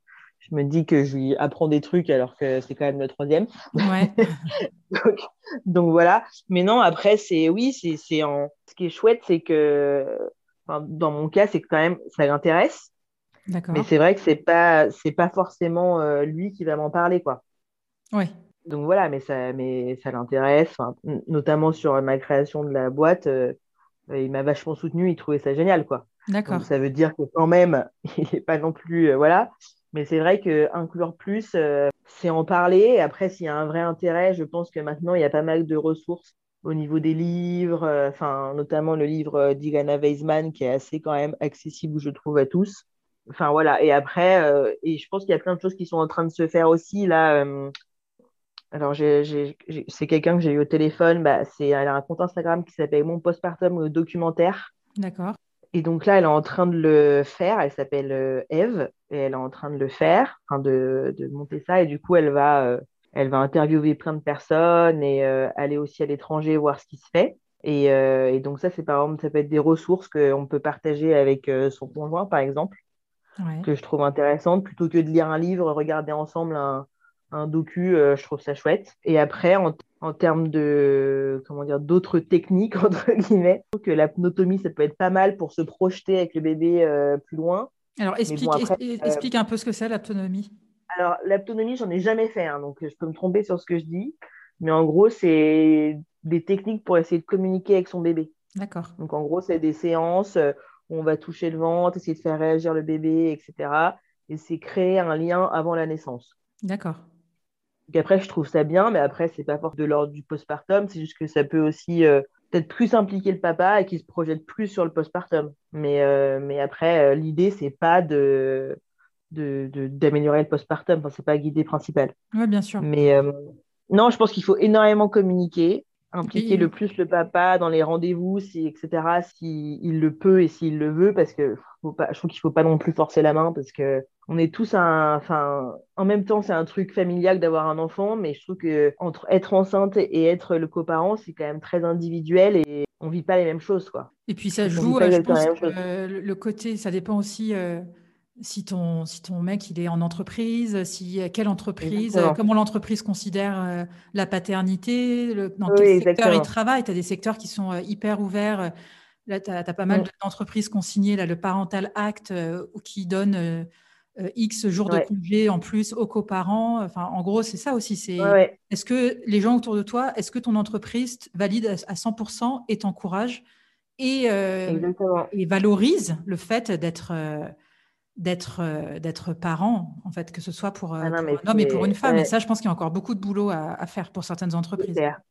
je me dis que je lui apprends des trucs alors que c'est quand même le troisième. Ouais. donc, donc voilà. Mais non, après, c'est oui, c'est, c'est en... ce qui est chouette, c'est que enfin, dans mon cas, c'est que quand même, ça l'intéresse. Mais D'accord. c'est vrai que c'est pas, c'est pas forcément euh, lui qui va m'en parler, quoi. Ouais. Donc voilà, mais ça, mais ça l'intéresse, enfin, n- notamment sur ma création de la boîte. Euh, euh, il m'a vachement soutenu, il trouvait ça génial, quoi. Donc D'accord. ça veut dire que quand même, il n'est pas non plus, euh, voilà. Mais c'est vrai que inclure plus, euh, c'est en parler. Et après, s'il y a un vrai intérêt, je pense que maintenant, il y a pas mal de ressources au niveau des livres, euh, enfin, notamment le livre euh, d'Ilana Weisman, qui est assez quand même accessible, je trouve, à tous. Enfin, voilà. Et après, euh, et je pense qu'il y a plein de choses qui sont en train de se faire aussi, là. Euh, alors, j'ai, j'ai- j'ai- c'est quelqu'un que j'ai eu au téléphone. Bah, c'est, elle a un compte Instagram qui s'appelle Mon Postpartum Documentaire. D'accord. Et donc là, elle est en train de le faire. Elle s'appelle euh, Eve et elle est en train de le faire, enfin de, de monter ça. Et du coup, elle va, euh, elle va interviewer plein de personnes et euh, aller aussi à l'étranger voir ce qui se fait. Et, euh, et donc ça, c'est par exemple, ça peut être des ressources qu'on peut partager avec euh, son conjoint, par exemple, Ouais. que je trouve intéressantes, plutôt que de lire un livre, regarder ensemble un, un docu, euh, je trouve ça chouette. Et après, en, en termes de, comment dire, d'autres techniques, entre guillemets, je trouve que l'apnotomie, ça peut être pas mal pour se projeter avec le bébé euh, plus loin. Alors, Mais bon, explique, après, expli- euh, explique un peu ce que c'est l'autonomie. alors l'aptonomie, j'en ai jamais fait, hein, donc je peux me tromper sur ce que je dis. Mais en gros, c'est des techniques pour essayer de communiquer avec son bébé. D'accord. Donc, en gros, c'est des séances euh, où on va toucher le ventre, essayer de faire réagir le bébé, et cetera. Et c'est créer un lien avant la naissance. D'accord. Donc après, je trouve ça bien, mais après, c'est pas forcément de l'ordre du postpartum. C'est juste que ça peut aussi euh, peut-être plus impliquer le papa et qu'il se projette plus sur le postpartum. Mais, euh, mais après, euh, l'idée, c'est pas de, de, de- d'améliorer le postpartum. Enfin, c'est pas l'idée principale. Oui, bien sûr. Mais euh, non, je pense qu'il faut énormément communiquer, impliquer le Et, plus le papa dans les rendez-vous, si, et cetera, s'il le peut et s'il le veut, parce que faut pas, je trouve qu'il faut pas non plus forcer la main, parce que on est tous un, enfin, en même temps, c'est un truc familial d'avoir un enfant, mais je trouve que entre être enceinte et être le coparent, c'est quand même très individuel et on vit pas les mêmes choses, quoi. et puis Je ça trouve qu'on vit joue, pas euh, je exactement pense la que même chose. euh, le le côté, ça dépend aussi euh, si ton, si ton mec il est en entreprise, si euh, quelle entreprise, euh, Exactement. comment l'entreprise considère euh, la paternité, le- dans Oui, quel secteur il exactement. travaille. Tu as des secteurs qui sont euh, hyper ouverts. Là, tu as, pas mal Mm. d'entreprises qui ont signé là, le Parental Act euh, qui donne euh, euh, X jours de Ouais. congé en plus aux coparents. Enfin, en gros, c'est ça aussi. Ouais, C'est ouais. est-ce que les gens autour de toi, est-ce que ton entreprise valide à à cent pour cent et t'encourage et, euh, Exactement. et valorise le fait d'être euh, d'être euh, d'être parent, en fait, que ce soit pour, Ah euh, non, pour mais un homme et pour une c'est femme. Et ouais, ça, je pense qu'il y a encore beaucoup de boulot à, à faire pour certaines c'est entreprises. clair.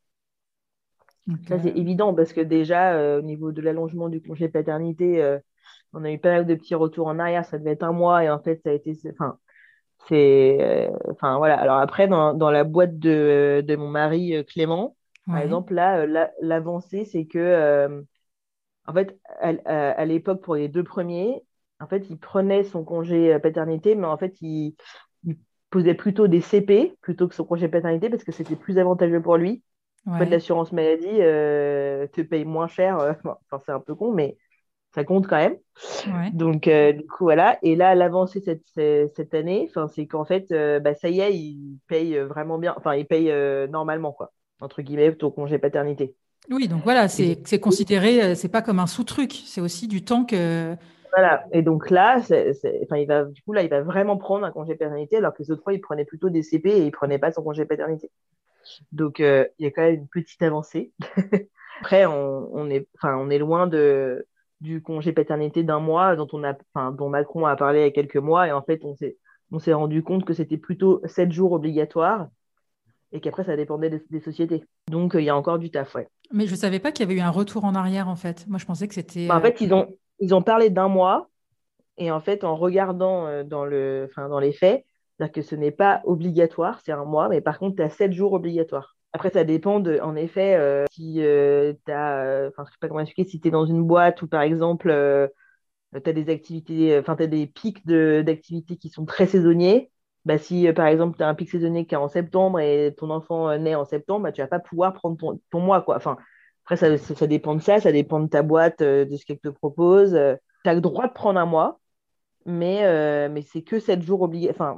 Donc, Ça, c'est euh, évident parce que déjà, euh, au niveau de l'allongement du congé paternité, euh, on a eu pas mal de petits retours en arrière. Ça devait être un mois et en fait, ça a été. Enfin, c'est. euh, Enfin, voilà. Alors après, dans, dans la boîte de, de mon mari, euh, Clément, par ouais, exemple, là, euh, la- l'avancée, c'est que, euh, en fait, à, à- à l'époque, pour les deux premiers, en fait, il prenait son congé euh, paternité, mais en fait, il, il posait plutôt des C P plutôt que son congé paternité parce que c'était plus avantageux pour lui. En fait, ouais, l'assurance maladie euh, te paye moins cher. euh, Enfin, c'est un peu con, mais ça compte quand même. ouais. Donc, euh, du coup, voilà. Et là, l'avancée cette, cette, cette année, enfin, c'est qu'en fait, euh, bah, ça y est, il paye vraiment bien. Enfin, il paye euh, normalement, quoi. Entre guillemets, ton congé paternité. Oui, donc voilà, Et donc, c'est c'est considéré, euh, c'est pas comme un sous-truc, c'est aussi du temps que. voilà. Et donc là, c'est, c'est- enfin, il va, du coup, là, il va vraiment prendre un congé paternité, alors que les autres fois, il prenait plutôt des C P et il prenait pas son congé paternité. Donc, euh, il y a quand même une petite avancée. Après, on, on est, enfin, on est loin de, du congé paternité d'un mois dont, on a, enfin, dont Macron a parlé il y a quelques mois. Et en fait, on s'est, on s'est rendu compte que c'était plutôt sept jours obligatoires et qu'après, ça dépendait des, des sociétés. Donc, euh, il y a encore du taf, ouais. Mais je savais pas qu'il y avait eu un retour en arrière, en fait. Moi, je pensais que c'était. Bah, en euh, fait, ils ont, ils ont parlé d'un mois. Et en fait, en regardant euh, dans le, enfin, dans les faits, c'est-à-dire que ce n'est pas obligatoire, c'est un mois, mais par contre, tu as sept jours obligatoires. Après, ça dépend de, en effet, euh, si euh, tu as, enfin, je sais pas comment expliquer, si tu es dans une boîte où, par exemple, euh, tu as des activités, enfin, tu as des pics de, d'activités qui sont très saisonniers. Bah, si, euh, par exemple, tu as un pic saisonnier qui est en septembre et ton enfant euh, naît en septembre, bah, tu vas pas pouvoir prendre ton, ton mois, quoi. Enfin, après, ça, ça, ça dépend de ça, ça dépend de ta boîte, euh, de ce qu'elle te propose. Tu as le droit de prendre un mois, mais, euh, mais c'est que sept jours obligatoires. Enfin,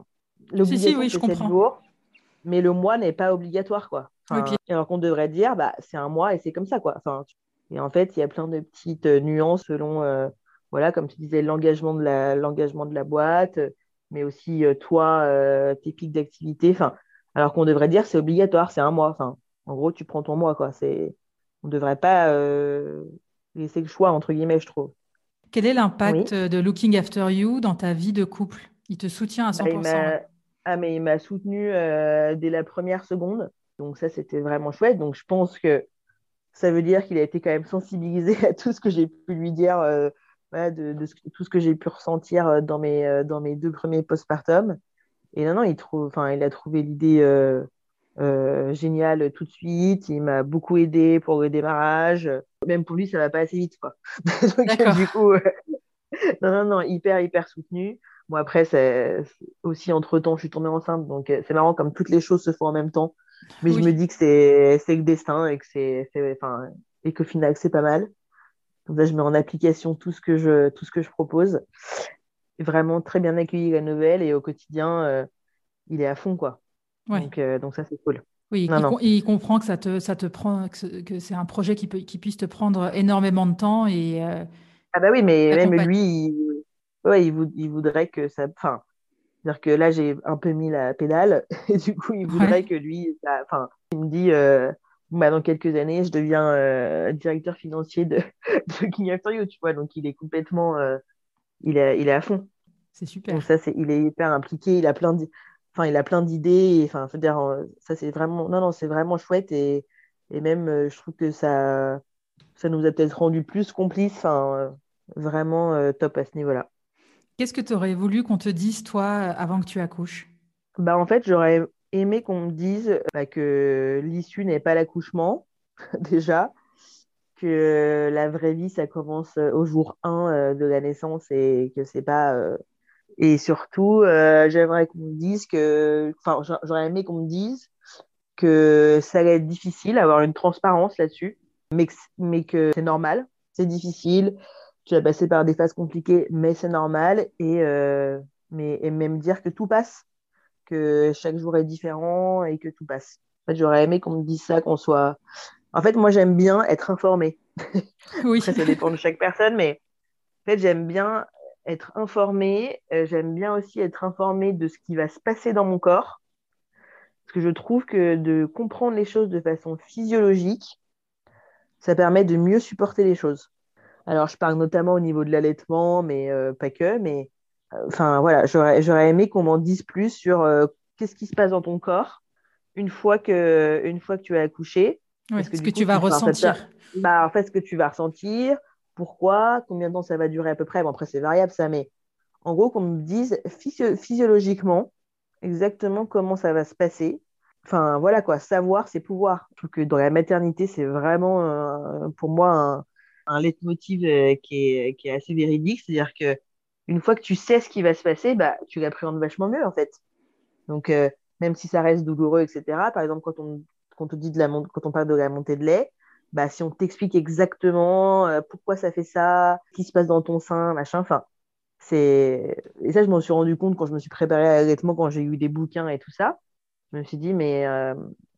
Si, si, L'obligation, oui, je c'est sept comprends. jours, mais le mois n'est pas obligatoire, quoi. Oui, puis Enfin, alors qu'on devrait dire, bah, c'est un mois et c'est comme ça, quoi. Enfin, tu- et en fait, il y a plein de petites euh, nuances selon, euh, voilà, comme tu disais, l'engagement de la, l'engagement de la boîte, euh, mais aussi euh, toi, euh, tes pics d'activité. Enfin, alors qu'on devrait dire, c'est obligatoire, c'est un mois. Enfin, en gros, tu prends ton mois, quoi. C'est, on ne devrait pas euh, laisser le choix, entre guillemets, je trouve. quel est Oui. l'impact de Looking After You dans ta vie de couple? Il te soutient à Bah, il cent pour cent, ouais. m'a ah, mais il m'a soutenu euh, dès la première seconde. Donc ça, c'était vraiment chouette. Donc je pense que ça veut dire qu'il a été quand même sensibilisé à tout ce que j'ai pu lui dire, euh, voilà, de, de ce- tout ce que j'ai pu ressentir euh, dans mes, euh, dans mes deux premiers postpartum. Et non, non, il trouve, enfin, il a trouvé l'idée euh, euh, géniale tout de suite. Il m'a beaucoup aidé pour le démarrage. Même pour lui, ça va pas assez vite, quoi. Donc D'accord. du coup, non, non, non, hyper, hyper soutenu. Bon, après, c'est c'est aussi entre-temps, je suis tombée enceinte. Donc, euh, c'est marrant comme toutes les choses se font en même temps. Mais je me Oui. dis que c'est c'est le destin et que c'est, c'est- enfin, et qu'au final, c'est pas mal. Donc là, je mets en application tout ce que je, tout ce que je propose. Vraiment très bien accueilli la nouvelle et au quotidien, euh, il est à fond, quoi. Ouais. Donc, euh, donc ça, c'est cool. Oui, Non, il, non. com- il comprend que ça te, ça te prend, que ce- que c'est un projet qui peut, qui puisse te prendre énormément de temps et euh, Ah bah oui, mais même t'accompagne. lui, il, ouais, il, vou- il voudrait que ça, enfin, c'est-à-dire que là, j'ai un peu mis la pédale et du coup, il voudrait Ouais. que lui, ça- enfin, il me dit, euh, bah, dans quelques années, je deviens euh, directeur financier de, de King After You, tu vois. Donc, il est complètement, euh, il est, il est à fond. C'est Donc, super. ça, c'est, il est hyper impliqué, il a plein d'i- enfin, il a plein d'idées. et, Enfin, faut dire, euh, ça, c'est vraiment, non, non, c'est vraiment chouette et, et même, euh, je trouve que ça, ça nous a peut-être rendu plus complices. Enfin, euh, vraiment euh, top à ce niveau-là. Qu'est-ce que tu aurais voulu qu'on te dise, toi, avant que tu accouches? Bah, en fait, j'aurais aimé qu'on me dise bah, que l'issue n'est pas l'accouchement, déjà, que la vraie vie, ça commence euh, au jour un euh, de la naissance et que c'est pas. euh, Et surtout, euh, j'aimerais qu'on me dise que. Enfin, j'a- j'aurais aimé qu'on me dise que ça allait être difficile, avoir une transparence là-dessus, mais que, c- mais que c'est normal, c'est difficile, tu vas passer par des phases compliquées, mais c'est normal, et, euh, mais, et même dire que tout passe que chaque jour est différent et que tout passe. En fait, j'aurais aimé qu'on me dise ça, qu'on soit. En fait, moi, j'aime bien être informée. Oui, Après, ça dépend de chaque personne, mais en fait, j'aime bien être informée. Euh, j'aime bien aussi être informée de ce qui va se passer dans mon corps. Parce que je trouve que de comprendre les choses de façon physiologique, ça permet de mieux supporter les choses. Alors, je parle notamment au niveau de l'allaitement, mais euh, pas que. Mais euh, enfin, voilà, j'aurais, j'aurais aimé qu'on m'en dise plus sur euh, qu'est-ce qui se passe dans ton corps une fois que, une fois que tu as accouché, oui, parce que ce que du coup, tu vas tu, enfin, ça te per- ressentir. bah, en fait, ce que tu vas ressentir, pourquoi, combien de temps ça va durer à peu près. Bon, après, c'est variable ça, mais en gros, qu'on me dise physio- physiologiquement exactement comment ça va se passer. Enfin, voilà quoi, savoir, c'est pouvoir. Je trouve que dans la maternité, c'est vraiment euh, pour moi un, un leitmotiv euh, qui est, qui est assez véridique. C'est-à-dire que une fois que tu sais ce qui va se passer, bah, tu l'appréhendes vachement mieux en fait. Donc, euh, même si ça reste douloureux, et cetera. Par exemple, quand on, quand on dit de la mon- quand on parle de la montée de lait, bah, si on t'explique exactement euh, pourquoi ça fait ça, ce qui se passe dans ton sein, machin, enfin, c'est... Et ça, je m'en suis rendu compte quand je me suis préparée à l'allaitement, quand j'ai eu des bouquins et tout ça. Je me suis dit, mais euh,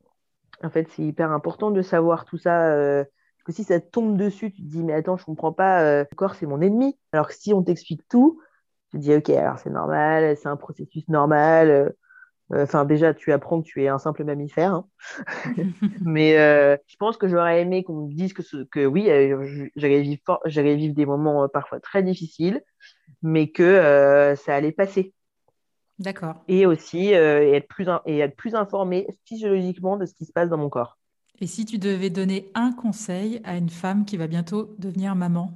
en fait, c'est hyper important de savoir tout ça. euh, Parce que si ça te tombe dessus, tu te dis, mais attends, je comprends pas, euh, le corps, c'est mon ennemi. Alors que si on t'explique tout, tu te dis, ok, alors c'est normal, c'est un processus normal. euh, euh, Enfin, déjà, tu apprends que tu es un simple mammifère. Hein. Mais euh, je pense que j'aurais aimé qu'on me dise que, ce- que oui, euh, je- j'allais vivre, for- j'allais vivre des moments euh, parfois très difficiles, mais que euh, ça allait passer. D'accord. Et aussi euh, être plus, in- et être plus informé physiologiquement de ce qui se passe dans mon corps. Et si tu devais donner un conseil à une femme qui va bientôt devenir maman,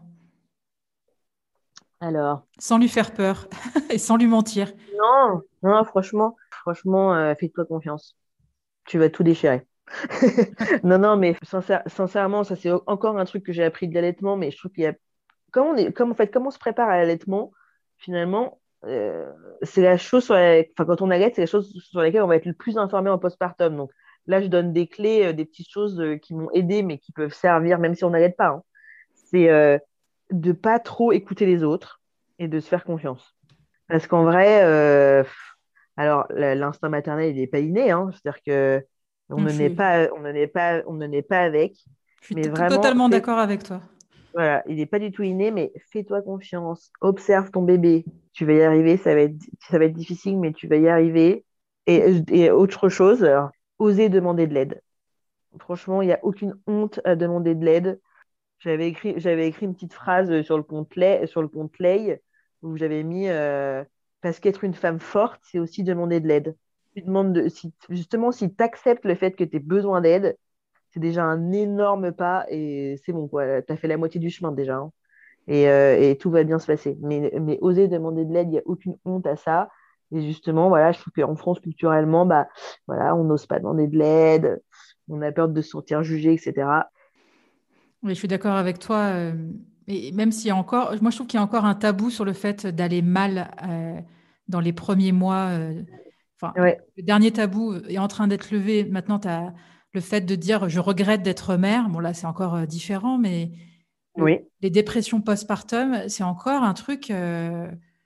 Alors, sans lui faire peur et sans lui mentir? non, non, franchement, franchement, euh, fais-toi confiance. Tu vas tout déchirer. Non, non, mais sincère- sincèrement, ça c'est o- encore un truc que j'ai appris de l'allaitement, mais je trouve qu'il y a, comme on est, comme en fait, comment on se prépare à l'allaitement, finalement, euh, c'est la chose sur la, enfin, quand on allait, c'est la chose sur laquelle on va être le plus informé en postpartum. Donc là, je donne des clés, euh, des petites choses euh, qui m'ont aidé, mais qui peuvent servir même si on n'allait pas. Hein. C'est euh, de pas trop écouter les autres et de se faire confiance. Parce qu'en vrai, euh, Alors, l'instinct maternel, il n'est pas inné, hein. C'est-à-dire que on Je ne naît suis, pas, on ne naît pas, on ne naît pas avec. je suis Mais t- vraiment, totalement fais, d'accord avec toi. voilà, il n'est pas du tout inné, mais fais-toi confiance. Observe ton bébé. Tu vas y arriver. Ça va être, ça va être difficile, mais tu vas y arriver. Et, et autre chose, alors, oser demander de l'aide. Franchement, il n'y a aucune honte à demander de l'aide. J'avais écrit, j'avais écrit une petite phrase sur le compte Lay, sur le compte Lay où j'avais mis euh, parce qu'être une femme forte, c'est aussi demander de l'aide. Tu demandes de, si, justement, si tu acceptes le fait que tu aies besoin d'aide, c'est déjà un énorme pas et c'est bon, quoi. Tu as fait la moitié du chemin déjà, hein. Et, euh, et tout va bien se passer. Mais, mais oser demander de l'aide, il n'y a aucune honte à ça. Et justement, voilà, je trouve qu'en France, culturellement, bah, voilà, on n'ose pas demander de l'aide, on a peur de se sentir jugé, et cetera. Oui, je suis d'accord avec toi. euh, Et même s'il y a encore, moi je trouve qu'il y a encore un tabou sur le fait d'aller mal euh, dans les premiers mois. euh, Enfin, Ouais, le dernier tabou est en train d'être levé. Maintenant, tu as le fait de dire je regrette d'être mère. Bon, là, c'est encore euh, différent, mais le- oui, les dépressions postpartum, c'est encore un truc. euh,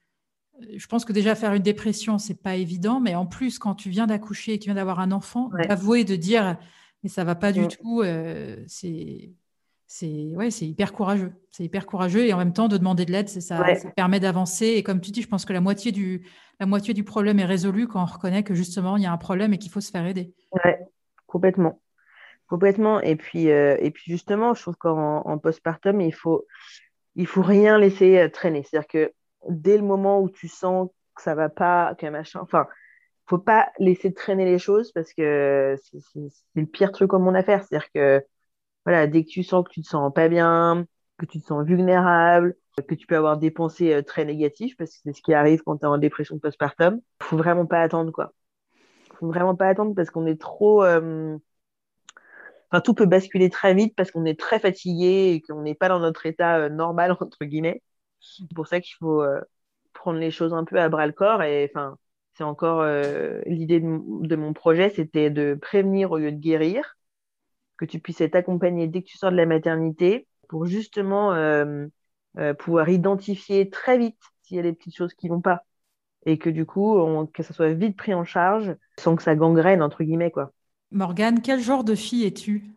Je pense que déjà faire une dépression, c'est pas évident, mais en plus, quand tu viens d'accoucher et que tu viens d'avoir un enfant, ouais. d'avouer, de dire mais ça va pas du Mm. tout, euh, c'est c'est ouais, c'est hyper courageux. C'est hyper courageux et en même temps de demander de l'aide, c'est ça, Ouais, ça permet d'avancer. Et comme tu dis, je pense que la moitié du la moitié du problème est résolue quand on reconnaît que justement il y a un problème et qu'il faut se faire aider. ouais, complètement. Complètement. Et puis, euh, et puis justement, je trouve qu'en en postpartum, il faut, il faut rien laisser euh, traîner. C'est-à-dire que dès le moment où tu sens que ça va pas, qu'un machin, enfin, faut pas laisser traîner les choses parce que c'est c'est- c'est le pire truc au monde à faire. C'est-à-dire que voilà, dès que tu sens que tu te sens pas bien, que tu te sens vulnérable, que tu peux avoir des pensées euh, très négatives, parce que c'est ce qui arrive quand tu es en dépression postpartum, faut vraiment pas attendre, quoi. Faut vraiment pas attendre parce qu'on est trop, euh, enfin, tout peut basculer très vite parce qu'on est très fatigué et qu'on n'est pas dans notre état euh, normal, entre guillemets. C'est pour ça qu'il faut euh, prendre les choses un peu à bras le corps. Et enfin, c'est encore euh, l'idée de, mon de mon projet, c'était de prévenir au lieu de guérir, que tu puisses être accompagné dès que tu sors de la maternité pour justement euh, euh, pouvoir identifier très vite s'il y a des petites choses qui vont pas. Et que du coup, on- que ça soit vite pris en charge sans que ça gangrène, entre guillemets, quoi. Morgane, quel genre de fille es-tu?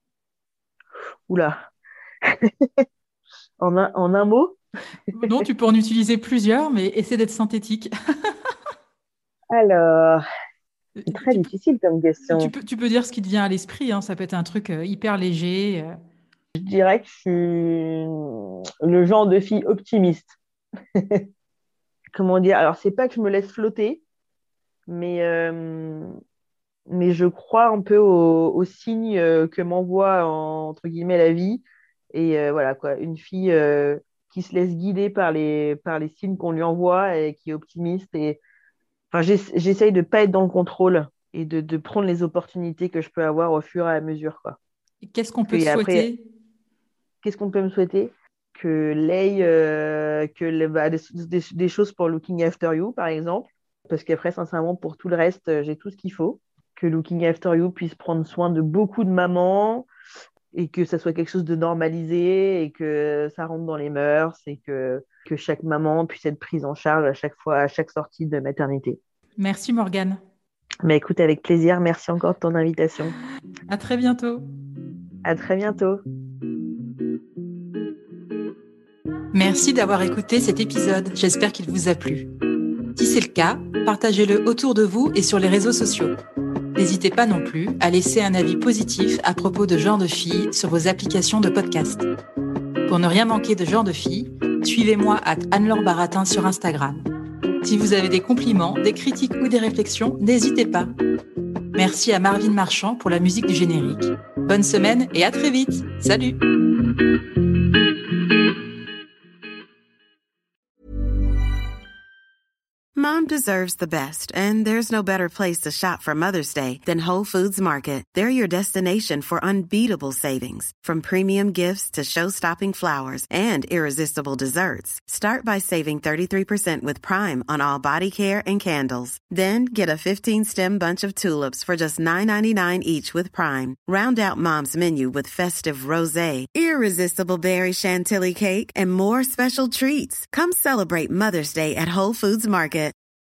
Oula, en un, en un mot. Non, tu peux en utiliser plusieurs, mais essaie d'être synthétique. Alors, c'est très Tu peux, difficile comme tu question. peux, tu peux dire ce qui te vient à l'esprit, hein, ça peut être un truc euh, hyper léger. euh. Je dirais que je suis le genre de fille optimiste. Comment dire? Alors, c'est pas que je me laisse flotter, mais, euh, mais je crois un peu aux, aux signes euh, que m'envoie, en- entre guillemets, la vie. Et euh, voilà, quoi. Une fille euh, qui se laisse guider par les, par les signes qu'on lui envoie et qui est optimiste. Et, enfin, j'ess- j'essaye de pas être dans le contrôle et de, de prendre les opportunités que je peux avoir au fur et à mesure, quoi. Qu'est-ce qu'on Parce peut te que après, souhaiter? qu'est-ce qu'on peut me souhaiter? Que l'aille, euh, que le- bah, des, des- des choses pour Looking After You, par exemple. Parce qu'après, sincèrement, pour tout le reste, euh, j'ai tout ce qu'il faut. Que Looking After You puisse prendre soin de beaucoup de mamans et que ça soit quelque chose de normalisé et que ça rentre dans les mœurs et que, que chaque maman puisse être prise en charge à chaque fois, à chaque sortie de maternité. Merci Morgane. Mais écoute, avec plaisir, merci encore de ton invitation. À très bientôt. À très bientôt. Merci d'avoir écouté cet épisode. J'espère qu'il vous a plu. Si c'est le cas, partagez-le autour de vous et sur les réseaux sociaux. N'hésitez pas non plus à laisser un avis positif à propos de Genre de Filles sur vos applications de podcast. Pour ne rien manquer de Genre de Filles, suivez-moi à Anne-Laure Baratin sur Instagram. Si vous avez des compliments, des critiques ou des réflexions, n'hésitez pas. Merci à Marvin Marchand pour la musique du générique. Bonne semaine et à très vite. Salut! Mom deserves the best, and there's no better place to shop for Mother's Day than Whole Foods Market. They're your destination for unbeatable savings, from premium gifts to show-stopping flowers and irresistible desserts. Start by saving thirty-three percent with Prime on all body care and candles. Then get a fifteen-stem bunch of tulips for just nine ninety-nine each with Prime. Round out Mom's menu with festive rosé, irresistible berry chantilly cake, and more special treats. Come celebrate Mother's Day at Whole Foods Market.